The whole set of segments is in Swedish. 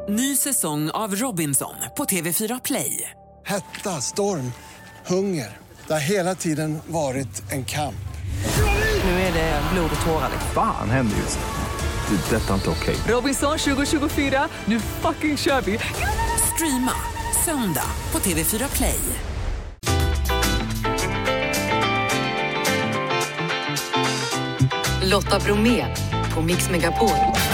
Ny säsong av Robinson på TV4 Play. Hetta, storm, hunger. Det har hela tiden varit en kamp. Nu är det blod och tårar. Fan händer just nu. Det. Detta är inte okej. Robinson 2024, nu fucking kör vi. Streama söndag på TV4 Play. Lotta Bromé på Mix Megapol.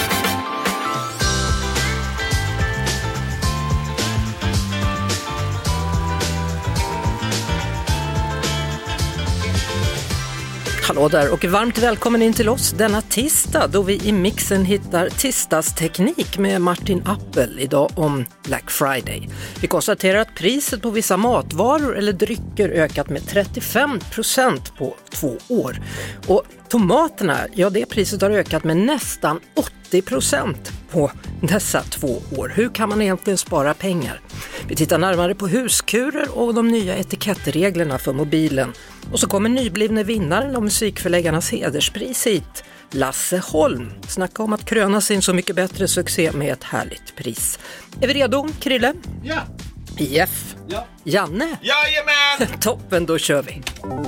Hallå där och varmt välkommen in till oss denna tisdag då vi i mixen hittar tisdagsteknik med Martin Appel idag om Black Friday. Vi konstaterar att priset på vissa matvaror eller drycker ökat med 35% på 2 år. Och tomaterna, ja det priset har ökat med nästan 80% på dessa 2 år. Hur kan man egentligen spara pengar? Vi tittar närmare på huskurer och de nya etikettreglerna för mobilen. Och så kommer nyblivne vinnaren av musikförläggarnas hederspris hit, Lasse Holm. Snacka om att kröna sin Så mycket bättre succé med ett härligt pris. Är vi redo, Krille? Ja. Jeff? Ja. Janne? Jajamän! Toppen, då kör vi.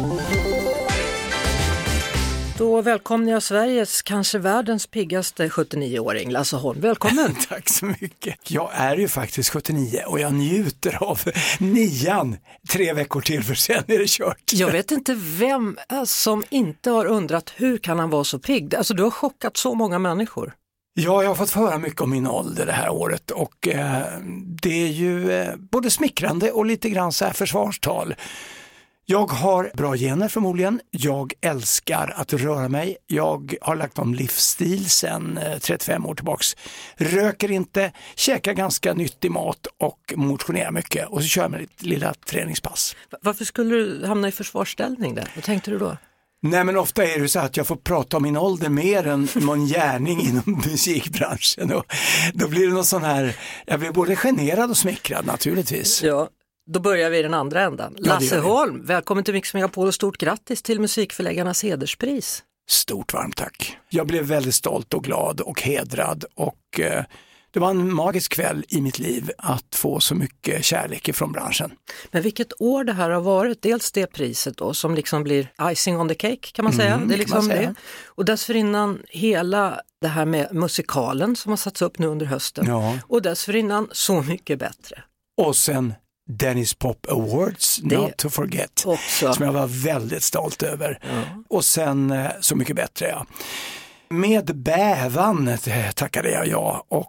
Då välkomnar jag Sveriges, kanske världens piggaste 79-åring, Lasse Holm. Välkommen! Tack så mycket. Jag är ju faktiskt 79 och jag njuter av 9:an 3 veckor till för sen är det kört. Jag vet inte vem som inte har undrat hur kan han vara så pigg. Alltså du har chockat så många människor. Ja, jag har fått höra mycket om min ålder det här året och det är ju både smickrande och lite grann så här försvarstal. Jag har bra gener förmodligen, jag älskar att röra mig, jag har lagt om livsstil sedan 35 år tillbaks, röker inte, käkar ganska nyttig mat och motionerar mycket och så kör jag med ett lilla träningspass. Varför skulle du hamna i försvarsställning där? Vad tänkte du då? Nej men ofta är det så att jag får prata om min ålder mer än min gärning inom musikbranschen och då blir det något sån här, jag blir både generad och smickrad naturligtvis. Ja. Då börjar vi i den andra ändan. Lasse Holm, välkommen till Mix Megapol och stort grattis till musikförläggarnas hederspris. Stort varmt tack. Jag blev väldigt stolt och glad och hedrad och det var en magisk kväll i mitt liv att få så mycket kärlek från branschen. Men vilket år det här har varit, dels det priset då som liksom blir icing on the cake kan man säga. Det är liksom det. Och dessförinnan hela det här med musikalen som har satts upp nu under hösten. Ja. Och dessförinnan Så mycket bättre. Och sen Dennis Pop Awards, not to forget, också. Som jag var väldigt stolt över. Ja. Och sen Så mycket bättre, ja. Med bävan tackade jag ja och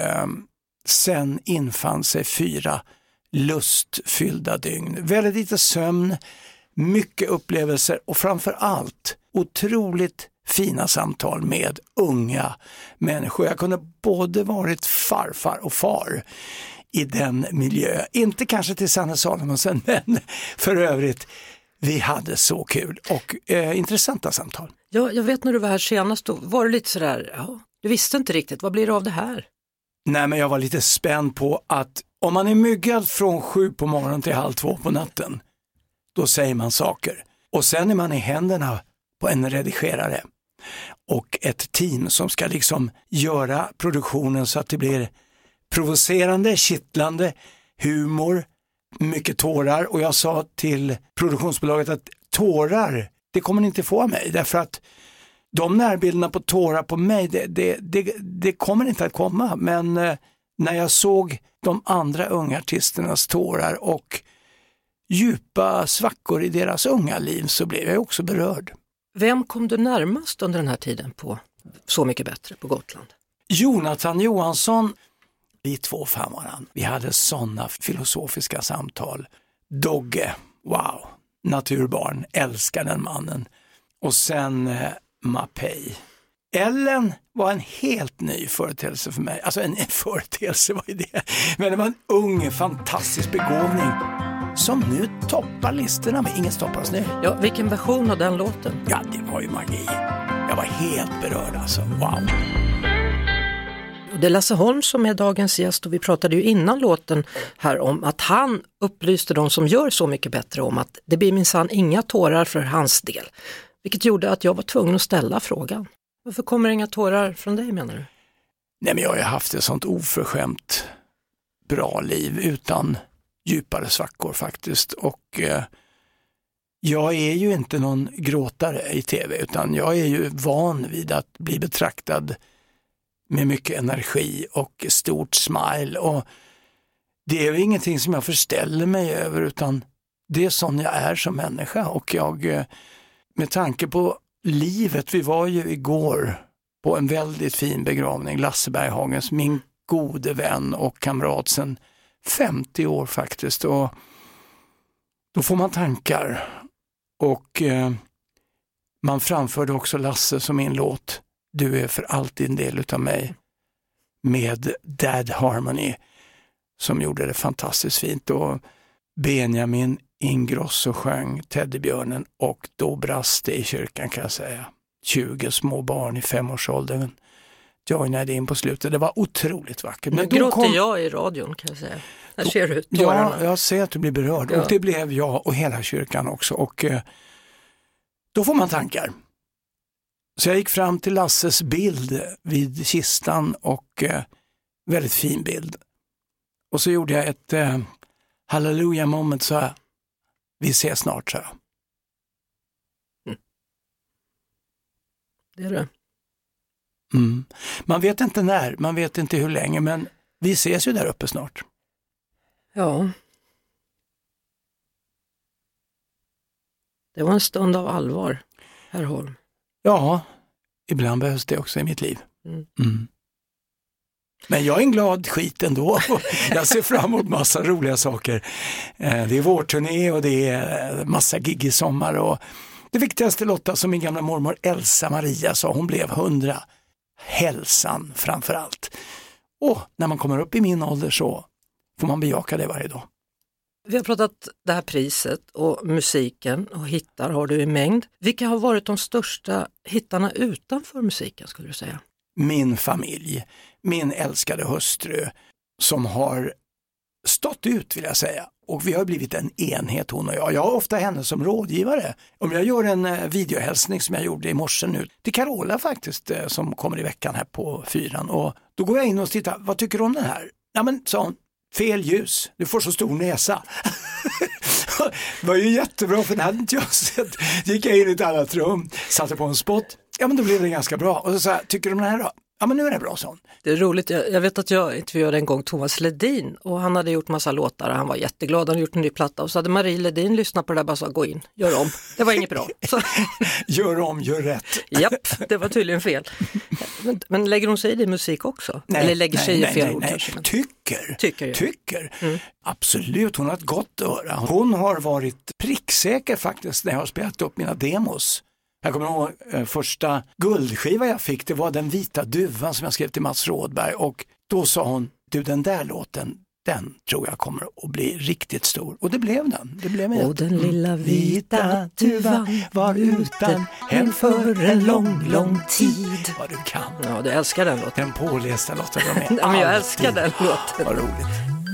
sen infann sig 4 lustfyllda dygn. Väldigt lite sömn, mycket upplevelser och framför allt otroligt fina samtal med unga människor. Jag kunde både varit farfar och far i den miljö. Inte kanske till Sanne Salomonsen, men för övrigt, vi hade så kul och intressanta samtal. Ja, jag vet när du var här senast, då var du lite sådär, ja, du visste inte riktigt, vad blir det av det här? Nej, men jag var lite spänd på att om man är myggad från 7 på morgonen till 1:30 på natten, då säger man saker. Och sen är man i händerna på en redigerare och ett team som ska liksom göra produktionen så att det blir provocerande, kittlande, humor, mycket tårar och jag sa till produktionsbolaget att tårar, det kommer ni inte få av mig därför att de närbilderna på tårar på mig, det kommer inte att komma men när jag såg de andra unga artisternas tårar och djupa svackor i deras unga liv så blev jag också berörd. Vem kom du närmast under den här tiden på Så mycket bättre på Gotland? Jonathan Johansson. Vi 2 fann varandra. Vi hade sådana filosofiska samtal. Dogge, wow, naturbarn, älskar den mannen. Och sen Mapei. Ellen var en helt ny företeelse för mig. Alltså en företeelse var ju det. Men det var en ung, fantastisk begåvning som nu toppar listorna med Ingen stoppar oss nu. Ja, vilken version av den låten? Ja, det var ju magi. Jag var helt berörd alltså, wow. Det är Lasse Holm som är dagens gäst och vi pratade ju innan låten här om att han upplyste de som gör Så mycket bättre om att det blir minsann inga tårar för hans del. Vilket gjorde att jag var tvungen att ställa frågan. Varför kommer inga tårar från dig menar du? Nej, men jag har haft ett sånt oförskämt bra liv utan djupare svackor faktiskt. Och jag är ju inte någon gråtare i tv, utan jag är ju van vid att bli betraktad med mycket energi och stort smile. Och det är ju ingenting som jag förställer mig över, utan det är sån jag är som människa. Och jag, med tanke på livet, vi var ju igår på en väldigt fin begravning, Lasse Berghagens, min gode vän och kamrat sedan 50 år faktiskt. Och då får man tankar. Och man framförde också Lasse som min låt Du är för alltid en del utav mig, med Dad Harmony, som gjorde det fantastiskt fint. Och Benjamin Ingrosso sjöng Teddybjörnen, och då brast det i kyrkan, kan jag säga. 20 små barn i 5-årsåldern joinade in på slutet. Det var otroligt vackert. Men då gråter jag i radion, kan jag säga. Här ser du tårarna. Ja, jag ser att du blir berörd. Ja. Och det blev jag och hela kyrkan också. Och då får man tankar. Så jag gick fram till Lasses bild vid kistan, och väldigt fin bild. Och så gjorde jag ett halleluja moment, så här, vi ses snart, så här. Det är det. Mm. Man vet inte när, man vet inte hur länge, men vi ses ju där uppe snart. Ja. Det var en stund av allvar, herr Holm. Ja, ibland behövs det också i mitt liv. Mm. Men jag är en glad skit ändå. Jag ser fram emot massa roliga saker. Det är vårturné och det är massa gig i sommar. Och det viktigaste, Lotta, som min gamla mormor Elsa Maria sa, hon blev 100. Hälsan framför allt. Och när man kommer upp i min ålder så får man bejaka det varje dag. Vi har pratat det här priset och musiken, och hittar har du i mängd. Vilka har varit de största hittarna utanför musiken, skulle du säga? Min familj, min älskade hustru, som har stått ut, vill jag säga. Och vi har blivit en enhet, hon och jag. Jag har ofta henne som rådgivare. Om jag gör en videohälsning som jag gjorde i morse nu till Carola faktiskt, som kommer i veckan här på 4. Och då går jag in och tittar, vad tycker du om den här? Ja, men sa hon, fel ljus, du får så stor näsa. Det var ju jättebra, för det hade inte jag sett. Gick jag in i ett annat rum, satte på en spot. Ja, men då blev det ganska bra. Och så sa jag, tycker du om den här då? Ja, men nu är det bra, sån. Det är roligt, jag vet att jag intervjuade en gång Thomas Ledin, och han hade gjort massa låtar och han var jätteglad, han hade gjort en ny platta, och så hade Marie Ledin lyssnat på det där och bara sa, gå in, gör om. Det var inget bra. Så. Gör om, gör rätt. Japp, det var tydligen fel. Men lägger hon sig i det musik också? Nej, eller lägger sig i fel ord? Nej. Tycker. Mm. Absolut, hon har ett gott öra. Hon har varit pricksäker faktiskt när jag har spelat upp mina demos. Jag kommer ihåg första guldskiva jag fick, det var Den vita duvan som jag skrev till Mats Rådberg, och då sa hon, du, den där låten, den tror jag kommer att bli riktigt stor. Och det blev den. Det blev och den lilla vita duvan var utan hem för en lång tid. Vad du kan. Ja, du älskar den låten. Den pålästa låten. Ja, men jag älskar den låten. Vad roligt.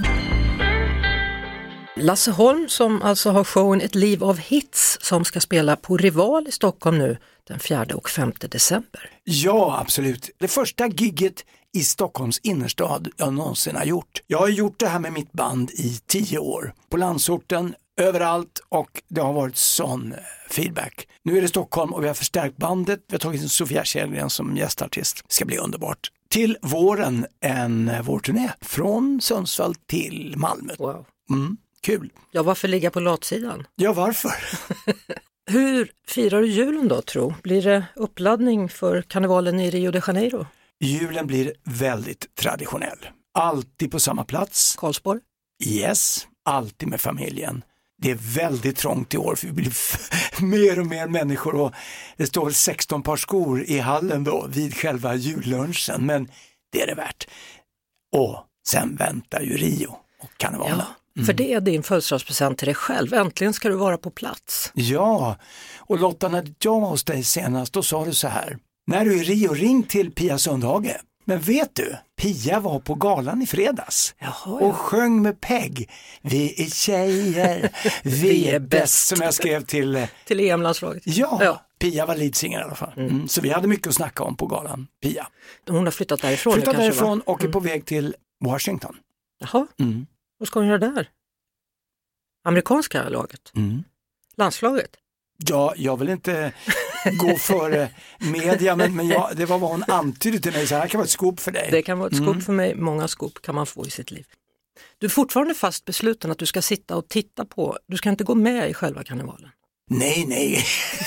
Lasse Holm, som alltså har showen Ett liv av hits, som ska spela på Rival i Stockholm nu den 4 och 5 december. Ja, absolut. Det första gigget i Stockholms innerstad jag någonsin har gjort. Jag har gjort det här med mitt band i 10 år. På landsorten, överallt, och det har varit sån feedback. Nu är det Stockholm och vi har förstärkt bandet. Vi har tagit in Sofia Källgren som gästartist. Det ska bli underbart. Till våren en vårturné från Sundsvall till Malmö. Wow. Kul. Ja, varför ligga på latsidan? Ja, varför? Hur firar du julen då, tro? Blir det uppladdning för karnevalen i Rio de Janeiro? Julen blir väldigt traditionell. Alltid på samma plats. Karlsborg? Yes, alltid med familjen. Det är väldigt trångt i år, för vi blir mer och mer människor, och det står 16 par skor i hallen då vid själva jullunchen, men det är det värt. Och sen väntar ju Rio och karnevalen. Ja, för det är din födelsedagspresent till dig själv. Äntligen ska du vara på plats. Ja, och Lotta, när jag var hos dig senast, då sa du så här: när du är i Rio, ring till Pia Sundhage. Men vet du, Pia var på galan i fredags. Jaha, och sjöng med Peg. Vi är tjejer, vi är bäst, som jag skrev till EM-landslaget. Ja, Pia var leadsinger i alla fall. Så vi hade mycket att snacka om på galan, Pia. Hon har flyttat därifrån. Flyttat därifrån och är på väg till Washington. Jaha, vad ska hon göra där? Amerikanska laget? Landslaget? Ja, jag vill inte gå före media, men det var vad hon antydde till mig. Så här kan vara ett scoop för dig. Det kan vara ett scoop för mig. Många scoop kan man få i sitt liv. Du är fortfarande fast besluten att du ska sitta och titta på. Du ska inte gå med i själva karnevalen. Nej.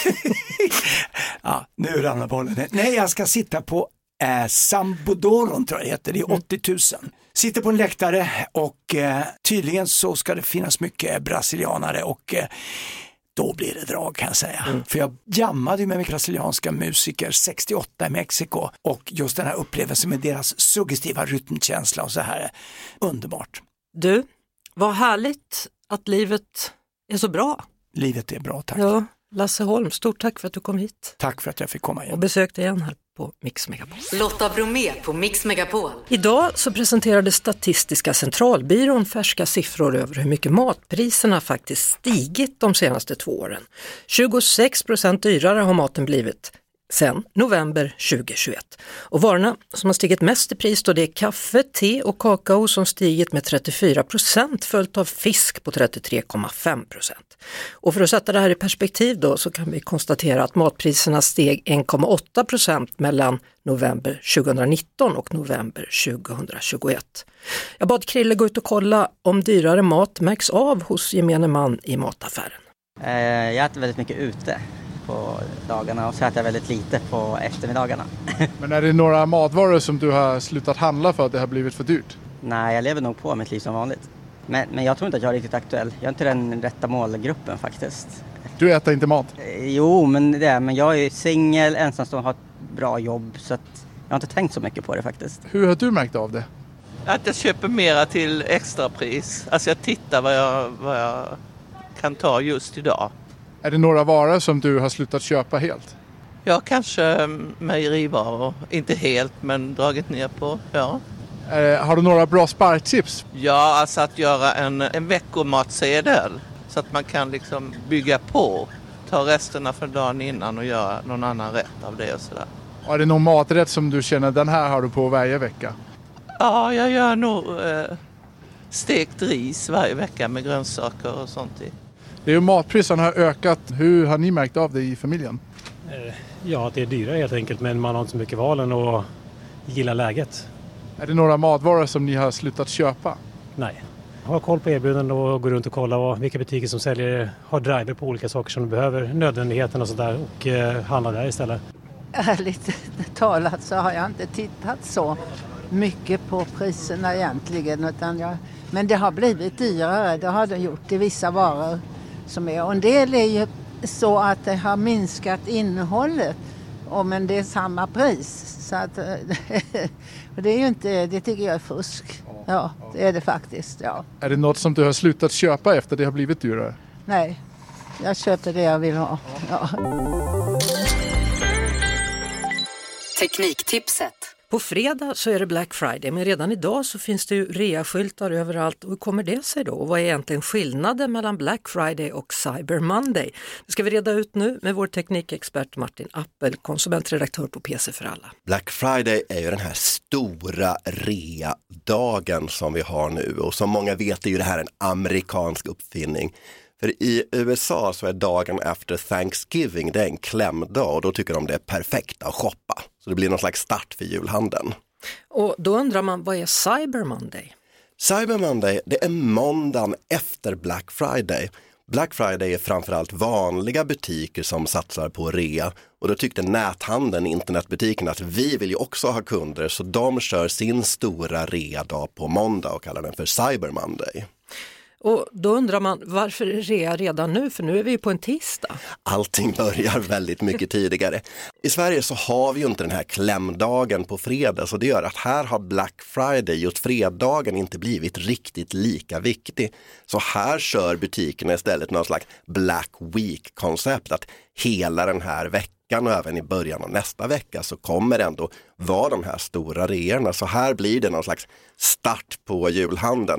Ja, nu ramlar bollen. Nej, jag ska sitta på Sambodoron tror jag det heter. Det är 80 000. Sitter på en läktare och tydligen så ska det finnas mycket brasilianare och då blir det drag kan jag säga. För jag jammade med brasilianska musiker 68 i Mexiko och just den här upplevelsen med deras suggestiva rytmkänsla och så här. Underbart. Du, vad härligt att livet är så bra. Livet är bra, tack. Ja, Lasse Holm, stort tack för att du kom hit. Tack för att jag fick komma igen. Och besökte igen här på Mix Megapol. Lotta Bromé på Mix Megapol. Idag så presenterade Statistiska centralbyrån färska siffror över hur mycket matpriserna faktiskt stigit de senaste 2 åren. 26% dyrare har maten blivit sedan november 2021. Och varorna som har stigit mest i pris då det är kaffe, te och kakao som stigit med 34%, följt av fisk på 33,5%. Och för att sätta det här i perspektiv då så kan vi konstatera att matpriserna steg 1,8% mellan november 2019 och november 2021. Jag bad Krille gå ut och kolla om dyrare mat märks av hos gemene man i mataffären. Jag äter väldigt mycket ute på dagarna och så äter jag väldigt lite på eftermiddagarna. Men är det några matvaror som du har slutat handla för att det har blivit för dyrt? Nej, jag lever nog på mitt liv som vanligt. Men jag tror inte att jag är riktigt aktuell. Jag är inte den rätta målgruppen faktiskt. Du äter inte mat? Jo, men jag är singel, ensamstående, har ett bra jobb så att jag har inte tänkt så mycket på det faktiskt. Hur har du märkt av det? Att jag köper mera till extrapris. Alltså jag tittar vad jag kan ta just idag. Är det några varor som du har slutat köpa helt? Ja, kanske mejerivaror. Inte helt, men dragit ner på, ja. Har du några bra spartips? Ja, alltså att göra en veckomatsedel. Så att man kan liksom bygga på. Ta resterna för dagen innan och göra någon annan rätt av det och sådär. Är det någon maträtt som du känner den här har du på varje vecka? Ja, jag gör nog stekt ris varje vecka med grönsaker och sånt i. Det är ju matpriserna har ökat. Hur har ni märkt av det i familjen? Ja, det är dyrare helt enkelt, men man har inte så mycket valen och gillar läget. Är det några matvaror som ni har slutat köpa? Nej. Ha koll på erbjudanden och gå runt och kolla vilka butiker som säljer, har driver på olika saker som du behöver, nödvändigheten och sådär, och handla där istället. Ärligt talat så har jag inte tittat så mycket på priserna egentligen, men det har blivit dyrare, det har det gjort i vissa varor som är. Och en del är ju så att det har minskat innehållet, men det är samma pris. Så att, och det är ju inte, det tycker jag är fusk. Ja, det är det faktiskt, ja. Är det något som du har slutat köpa efter det har blivit dyrare? Nej, jag köper det jag vill ha. Ja. Tekniktipset. På fredag så är det Black Friday, men redan idag så finns det ju reaskyltar överallt. Och hur kommer det sig då? Och vad är egentligen skillnaden mellan Black Friday och Cyber Monday? Det ska vi reda ut nu med vår teknikexpert Martin Appel, konsumentredaktör på PC för alla. Black Friday är ju den här stora rea-dagen som vi har nu. Och som många vet är ju det här en amerikansk uppfinning. För i USA så är dagen efter Thanksgiving, det är en klämdag och då tycker de det är perfekt att shoppa. Så det blir någon slags start för julhandeln. Och då undrar man, vad är Cyber Monday? Cyber Monday, det är måndagen efter Black Friday. Black Friday är framförallt vanliga butiker som satsar på rea. Och då tyckte näthandeln, internetbutiken, att vi vill ju också ha kunder. Så de kör sin stora rea-dag på måndag och kallar den för Cyber Monday. Och då undrar man, varför är rea redan nu? För nu är vi ju på en tisdag. Allting börjar väldigt mycket tidigare. I Sverige så har vi ju inte den här klämdagen på fredag. Så det gör att här har Black Friday, just fredagen, inte blivit riktigt lika viktig. Så här kör butikerna istället någon slags Black Week-koncept. Att hela den här veckan och även i början av nästa vecka så kommer det ändå vara de här stora reorna. Så här blir det någon slags start på julhandeln.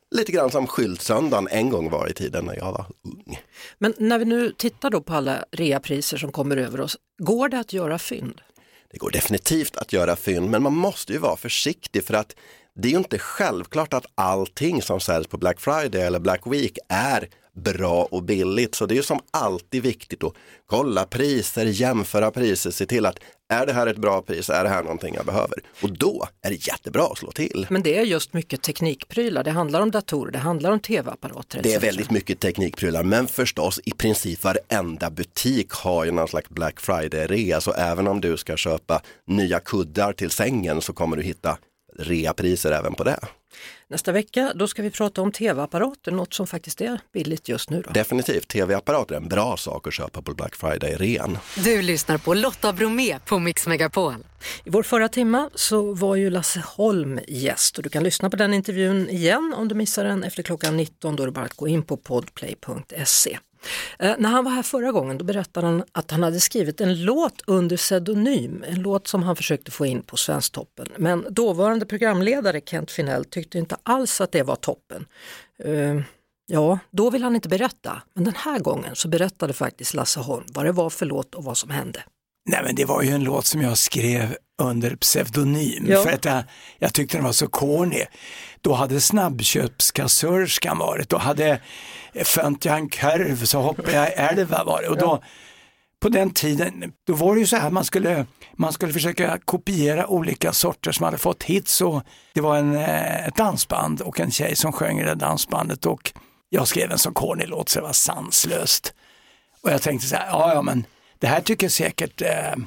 lite grann som skyltsöndagen en gång var i tiden när jag var ung. Men när vi nu tittar då på alla reapriser som kommer över oss, går det att göra fynd? Det går definitivt att göra fynd, men man måste ju vara försiktig för att det är ju inte självklart att allting som säljs på Black Friday eller Black Week är bra och billigt. Så det är ju som alltid viktigt att kolla priser, jämföra priser, se till att är det här ett bra pris, är det här någonting jag behöver? Och då är det jättebra att slå till. Men det är just mycket teknikprylar, det handlar om datorer, det handlar om tv-apparater. Det är väldigt mycket teknikprylar, men förstås i princip varenda butik har ju någon slags Black Friday-rea. Så även om du ska köpa nya kuddar till sängen så kommer du hitta reapriser även på det. Nästa vecka då ska vi prata om tv-apparater, något som faktiskt är billigt just nu då. Definitivt, tv-apparater är en bra sak att köpa på Black Friday-rean. Du lyssnar på Lotta Bromé på Mix Megapol. I vår förra timma så var ju Lasse Holm gäst och du kan lyssna på den intervjun igen om du missar den efter klockan 19, då är det bara att gå in på podplay.se. När han var här förra gången då berättade han att han hade skrivit en låt under pseudonym, en låt som han försökte få in på Svensktoppen. Men dåvarande programledare Kent Finell tyckte inte alls att det var toppen. Ja, då vill han inte berätta. Men den här gången så berättade faktiskt Lasse Holm vad det var för låt och vad som hände. Nej, men det var ju en låt som jag skrev under pseudonym för att jag tyckte den var så corny. Då hade snabbköpskassörskan varit, då hade fönt jag en kurv så hoppade jag älva var det. Och då, på den tiden, då var det ju så här man skulle försöka kopiera olika sorter som hade fått hits. Och det var ett dansband och en tjej som sjöng i det dansbandet och jag skrev en så corny låt så det var sanslöst. Och jag tänkte så här, ja men det här tycker säkert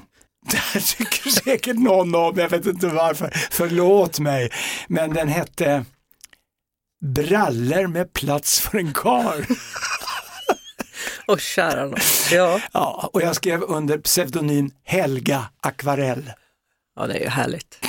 någon om, jag vet inte varför, förlåt mig. Men den hette Brallor med plats för en karl. Och kära någon. Ja. Ja, och jag skrev under pseudonym Helga Akvarell. Ja, det är ju härligt.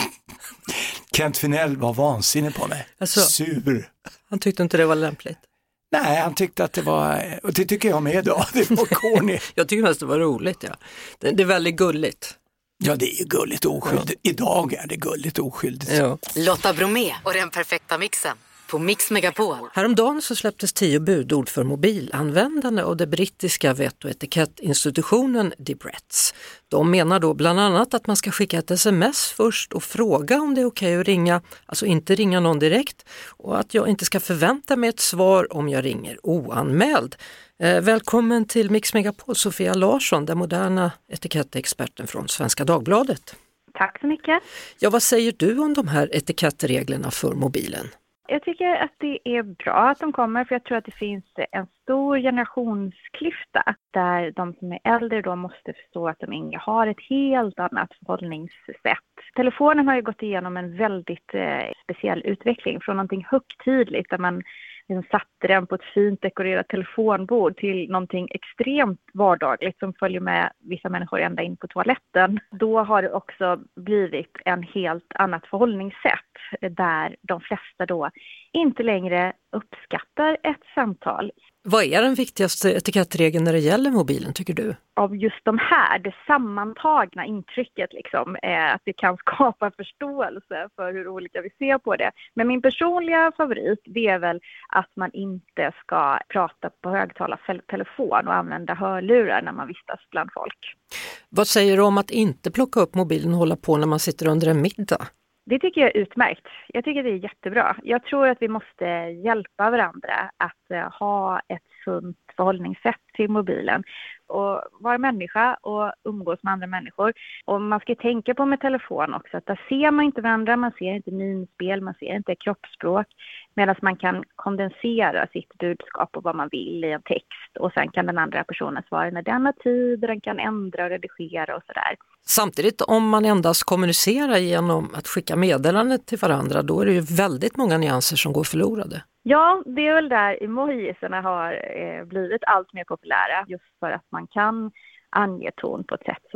Kent Finell var vansinnig på mig. Alltså, sur. Han tyckte inte det var lämpligt. Nej, han tyckte att det var, och det tycker jag med då, det var corny. Jag tycker mest det var roligt, ja. Det är väldigt gulligt. Ja, det är ju gulligt och oskyldigt. Ja. Idag är det gulligt och oskyldigt. Ja. Lotta Bromé och den perfekta mixen på Mix Megapol. Häromdagen så släpptes 10 budord för mobilanvändande och det brittiska vett- och etikettinstitutionen Debrets. De menar då bland annat att man ska skicka ett sms först och fråga om det är okej att ringa, alltså inte ringa någon direkt, och att jag inte ska förvänta mig ett svar om jag ringer oanmäld. Välkommen till Mix Megapol, Sofia Larsson, den moderna etikettexperten från Svenska Dagbladet. Tack så mycket. Ja, vad säger du om de här etikettreglerna för mobilen? Jag tycker att det är bra att de kommer, för jag tror att det finns en stor generationsklyfta där de som är äldre då måste förstå att de yngre har ett helt annat förhållningssätt. Telefonen har ju gått igenom en väldigt speciell utveckling från någonting högtidligt där man satte den på ett fint dekorerat telefonbord till någonting extremt vardagligt som följer med vissa människor ända in på toaletten. Då har det också blivit en helt annat förhållningssätt där de flesta då inte längre uppskattar ett samtal. Vad är den viktigaste etikettregeln när det gäller mobilen, tycker du? Av just de här, det sammantagna intrycket liksom, att det kan skapa förståelse för hur olika vi ser på det. Men min personliga favorit, det är väl att man inte ska prata på högtalartelefon och använda hörlurar när man vistas bland folk. Vad säger du om att inte plocka upp mobilen och hålla på när man sitter under en middag? Det tycker jag är utmärkt. Jag tycker det är jättebra. Jag tror att vi måste hjälpa varandra att ha ett sunt förhållningssätt till mobilen och vara människa och umgås med andra människor. Och man ska tänka på med telefon också att där ser man inte varandra, man ser inte minspel, man ser inte kroppsspråk, medan man kan kondensera sitt budskap och vad man vill i en text och sen kan den andra personen svara när den har tid, den kan ändra och redigera och sådär. Samtidigt om man endast kommunicerar genom att skicka meddelanden till varandra, då är det ju väldigt många nyanser som går förlorade. Ja, det är väl där emojisarna har blivit allt mer populära just för att man kan ange ton på ett sätt som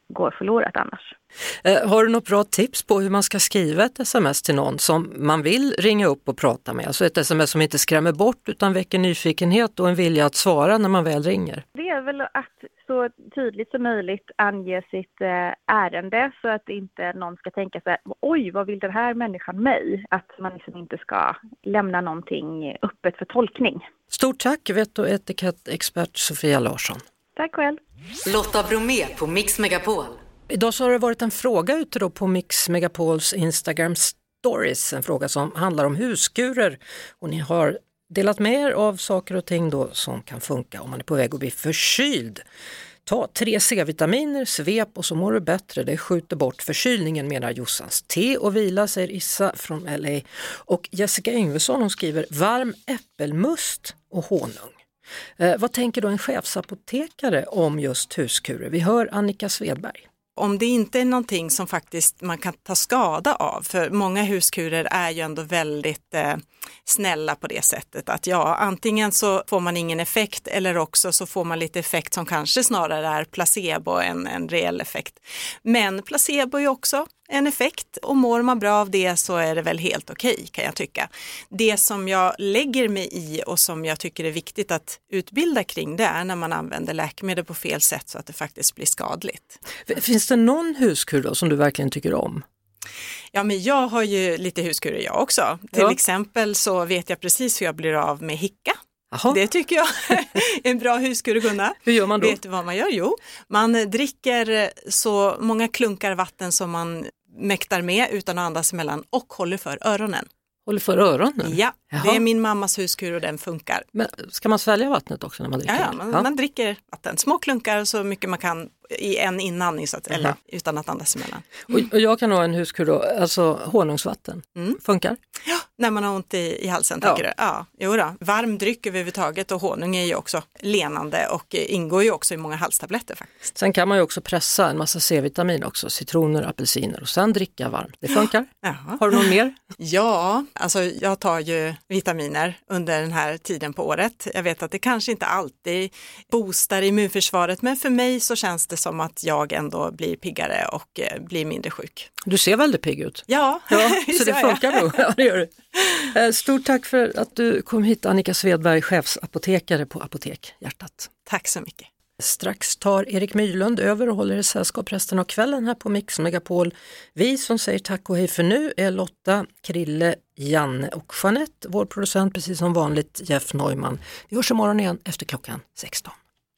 går förlorat annars. Har du något bra tips på hur man ska skriva ett sms till någon som man vill ringa upp och prata med? Alltså ett sms som inte skrämmer bort utan väcker nyfikenhet och en vilja att svara när man väl ringer. Det är väl att så tydligt som möjligt ange sitt ärende så att inte någon ska tänka så här, oj, vad vill den här människan mig? Att man liksom inte ska lämna någonting öppet för tolkning. Stort tack, vett- och etikettexpert Sofia Larsson. Tack själv. Lotta Bromé på Mix Megapol. Idag så har det varit en fråga ute då på Mix Megapols Instagram Stories. En fråga som handlar om huskurer. Och ni har delat med er av saker och ting då som kan funka om man är på väg att bli förkyld. Ta 3 C-vitaminer, svep och så mår du bättre. Det skjuter bort förkylningen, menar Jossans. Te och vila, säger Issa från LA. Och Jessica Yngvesson, hon skriver varm äppelmust och honung. Vad tänker då en chefsapotekare om just huskurer? Vi hör Annika Svedberg. Om det inte är någonting som faktiskt man kan ta skada av, för många huskurer är ju ändå väldigt snälla på det sättet att antingen så får man ingen effekt eller också så får man lite effekt som kanske snarare är placebo än en reell effekt. Men placebo är också en effekt och mår man bra av det så är det väl helt okej, kan jag tycka. Det som jag lägger mig i och som jag tycker är viktigt att utbilda kring, det är när man använder läkemedel på fel sätt så att det faktiskt blir skadligt. Finns det någon huskur då som du verkligen tycker om? Ja, men jag har ju lite huskurer jag också. Till exempel så vet jag precis hur jag blir av med hicka. Aha. Det tycker jag är en bra huskur att kunna. Hur gör man då? Vet du vad man gör? Jo, man dricker så många klunkar vatten som man mäktar med utan att andas emellan och håller för öronen. Håller för öronen? Ja, det är min mammas huskur och den funkar. Men ska man svälja vattnet också när man dricker? Ja, man dricker vatten. Små klunkar så mycket man kan i en innan eller utan att andas emellan. Och jag kan ha en huskur då, alltså honungsvatten. Funkar? Ja, när man har ont i halsen tänker du. Ja, jo då. Varm dryck överhuvudtaget och honung är ju också lenande och ingår ju också i många halstabletter faktiskt. Sen kan man ju också pressa en massa C-vitamin också, citroner, apelsiner och sen dricka varmt. Det funkar? Ja. Har du någon mer? Ja, alltså jag tar ju vitaminer under den här tiden på året. Jag vet att det kanske inte alltid boostar immunförsvaret, men för mig så känns det som att jag ändå blir piggare och blir mindre sjuk. Du ser väldigt pigg ut. Ja, så det funkar nog. Ja, det gör det. Stort tack för att du kom hit, Annika Svedberg, chefsapotekare på Apotek Hjärtat. Tack så mycket. Strax tar Erik Myrlund över och håller i sällskap resten av kvällen här på Mix Megapol. Vi som säger tack och hej för nu är Lotta, Krille, Janne och Jeanette. Vår producent precis som vanligt, Jeff Neumann. Vi hörs imorgon igen efter klockan 16.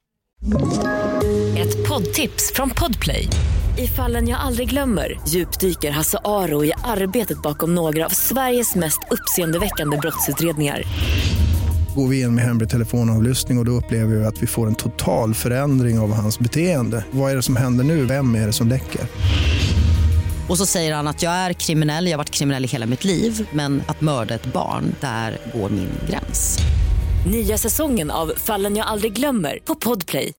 Ett poddtips från Podplay. I Fallen jag aldrig glömmer djupdyker Hasse Aro i arbetet bakom några av Sveriges mest uppseendeväckande brottsutredningar. Går vi in med hemlig telefonavlyssning och då upplever vi att vi får en total förändring av hans beteende. Vad är det som händer nu? Vem är det som läcker? Och så säger han att jag är kriminell, jag har varit kriminell i hela mitt liv. Men att mörda ett barn, där går min gräns. Nya säsongen av Fallen jag aldrig glömmer på Podplay.